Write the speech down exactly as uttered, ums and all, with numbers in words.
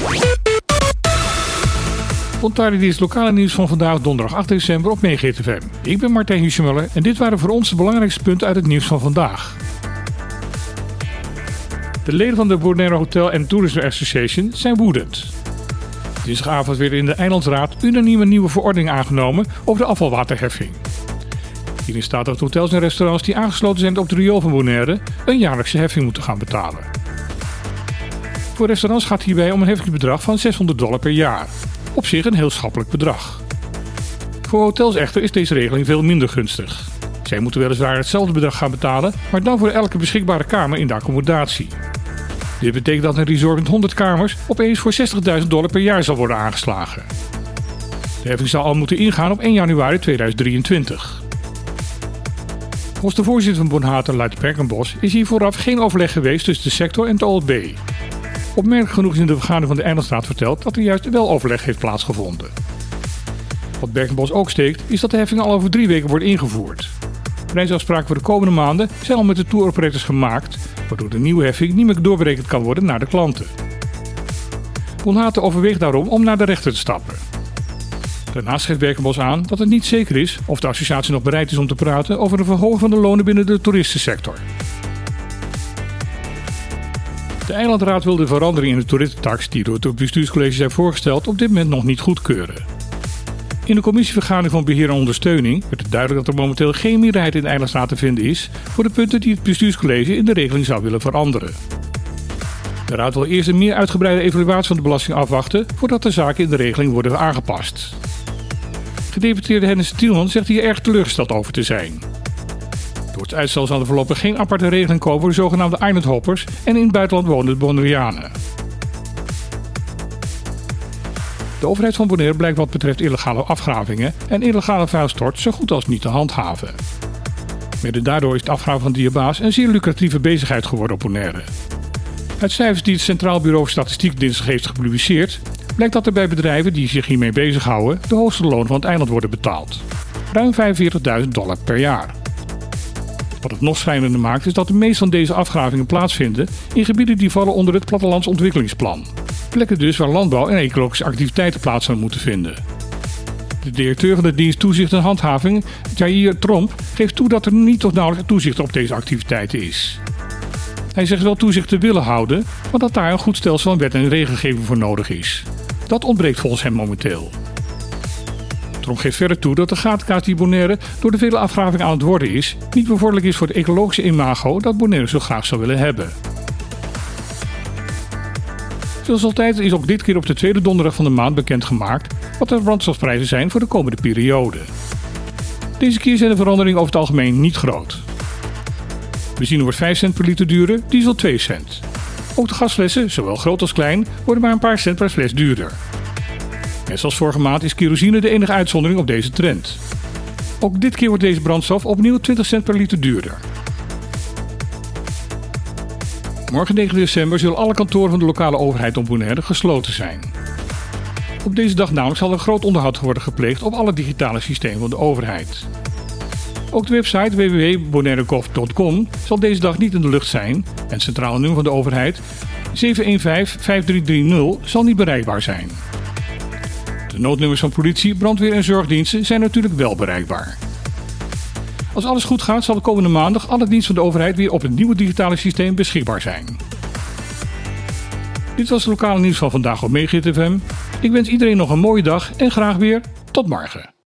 Onthouden dit is het lokale nieuws van vandaag donderdag acht december op Mega Hit F M. Ik ben Martijn Huisjemuller en dit waren voor ons de belangrijkste punten uit het nieuws van vandaag. De leden van de Bonaire Hotel and Tourism Association zijn woedend. Dinsdagavond werd in de Eilandsraad unaniem een nieuwe verordening aangenomen over de afvalwaterheffing. Hierin staat dat hotels en restaurants die aangesloten zijn op de riool van Bonaire een jaarlijkse heffing moeten gaan betalen. Voor restaurants gaat hierbij om een heffingsbedrag van zeshonderd dollar per jaar. Op zich een heel schappelijk bedrag. Voor hotels echter is deze regeling veel minder gunstig. Zij moeten weliswaar hetzelfde bedrag gaan betalen, maar dan voor elke beschikbare kamer in de accommodatie. Dit betekent dat een resort met honderd kamers opeens voor zestigduizend dollar per jaar zal worden aangeslagen. De heffing zal al moeten ingaan op één januari tweeduizend drieëntwintig. Volgens de voorzitter van Bonhaten, Luit Berkenbos, is hier vooraf geen overleg geweest tussen de sector en het O L B. Opmerkelijk genoeg is in de vergadering van de Eilandsraad verteld dat er juist wel overleg heeft plaatsgevonden. Wat Berkenbos ook steekt, is dat de heffing al over drie weken wordt ingevoerd. Prijsafspraken voor de komende maanden zijn al met de tour operators gemaakt, waardoor de nieuwe heffing niet meer doorberekend kan worden naar de klanten. Bonhaten overweegt daarom om naar de rechter te stappen. Daarnaast geeft Berkenbos aan dat het niet zeker is of de associatie nog bereid is om te praten over een verhoging van de lonen binnen de toeristensector. De Eilandraad wil de verandering in de toeristentax die door het bestuurscollege zijn voorgesteld op dit moment nog niet goedkeuren. In de commissievergadering van beheer en ondersteuning werd het duidelijk dat er momenteel geen meerderheid in de Eilandsraad te vinden is voor de punten die het bestuurscollege in de regeling zou willen veranderen. De raad wil eerst een meer uitgebreide evaluatie van de belasting afwachten voordat de zaken in de regeling worden aangepast. Gedeputeerde Hennis Tielman zegt hier erg teleurgesteld over te zijn. Door het uitstel zal er voorlopig geen aparte regeling komen voor de zogenaamde island hoppers en in het buitenland wonende Bonaireanen. De overheid van Bonaire blijkt wat betreft illegale afgravingen en illegale vuilstort zo goed als niet te handhaven. Mede daardoor is het afgraven van dierbaas een zeer lucratieve bezigheid geworden op Bonaire. Uit cijfers die het Centraal Bureau voor Statistiek dinsdag heeft gepubliceerd, blijkt dat er bij bedrijven die zich hiermee bezighouden de hoogste lonen van het eiland worden betaald. Ruim vijfenveertigduizend dollar per jaar. Wat het nog schrijnender maakt is dat de meeste van deze afgravingen plaatsvinden in gebieden die vallen onder het plattelandsontwikkelingsplan. Plekken dus waar landbouw en ecologische activiteiten plaats zouden moeten vinden. De directeur van de dienst Toezicht en Handhaving, Jair Tromp, geeft toe dat er niet tot nauwelijks toezicht op deze activiteiten is. Hij zegt wel toezicht te willen houden, maar dat daar een goed stelsel van wet en regelgeving voor nodig is. Dat ontbreekt volgens hem momenteel. Tromp geeft verder toe dat de gatenkaart die Bonaire door de vele afgravingen aan het worden is, niet bevorderlijk is voor het ecologische imago dat Bonaire zo graag zou willen hebben. Zoals altijd is ook dit keer op de tweede donderdag van de maand bekendgemaakt wat de brandstofprijzen zijn voor de komende periode. Deze keer zijn de veranderingen over het algemeen niet groot. Benzine wordt vijf cent per liter duurder, diesel twee cent. Ook de gasflessen, zowel groot als klein, worden maar een paar cent per fles duurder. Net zoals vorige maand is kerosine de enige uitzondering op deze trend. Ook dit keer wordt deze brandstof opnieuw twintig cent per liter duurder. Morgen negen december zullen alle kantoren van de lokale overheid op Bonaire gesloten zijn. Op deze dag namelijk zal er een groot onderhoud worden gepleegd op alle digitale systemen van de overheid. Ook de website w w w punt bonairegov punt com zal deze dag niet in de lucht zijn en het centrale nummer van de overheid zeven een vijf vijf drie drie nul zal niet bereikbaar zijn. De noodnummers van politie, brandweer en zorgdiensten zijn natuurlijk wel bereikbaar. Als alles goed gaat zal de komende maandag alle diensten van de overheid weer op het nieuwe digitale systeem beschikbaar zijn. Dit was het lokale nieuws van vandaag op Mega Hit F M. Ik wens iedereen nog een mooie dag en graag weer tot morgen.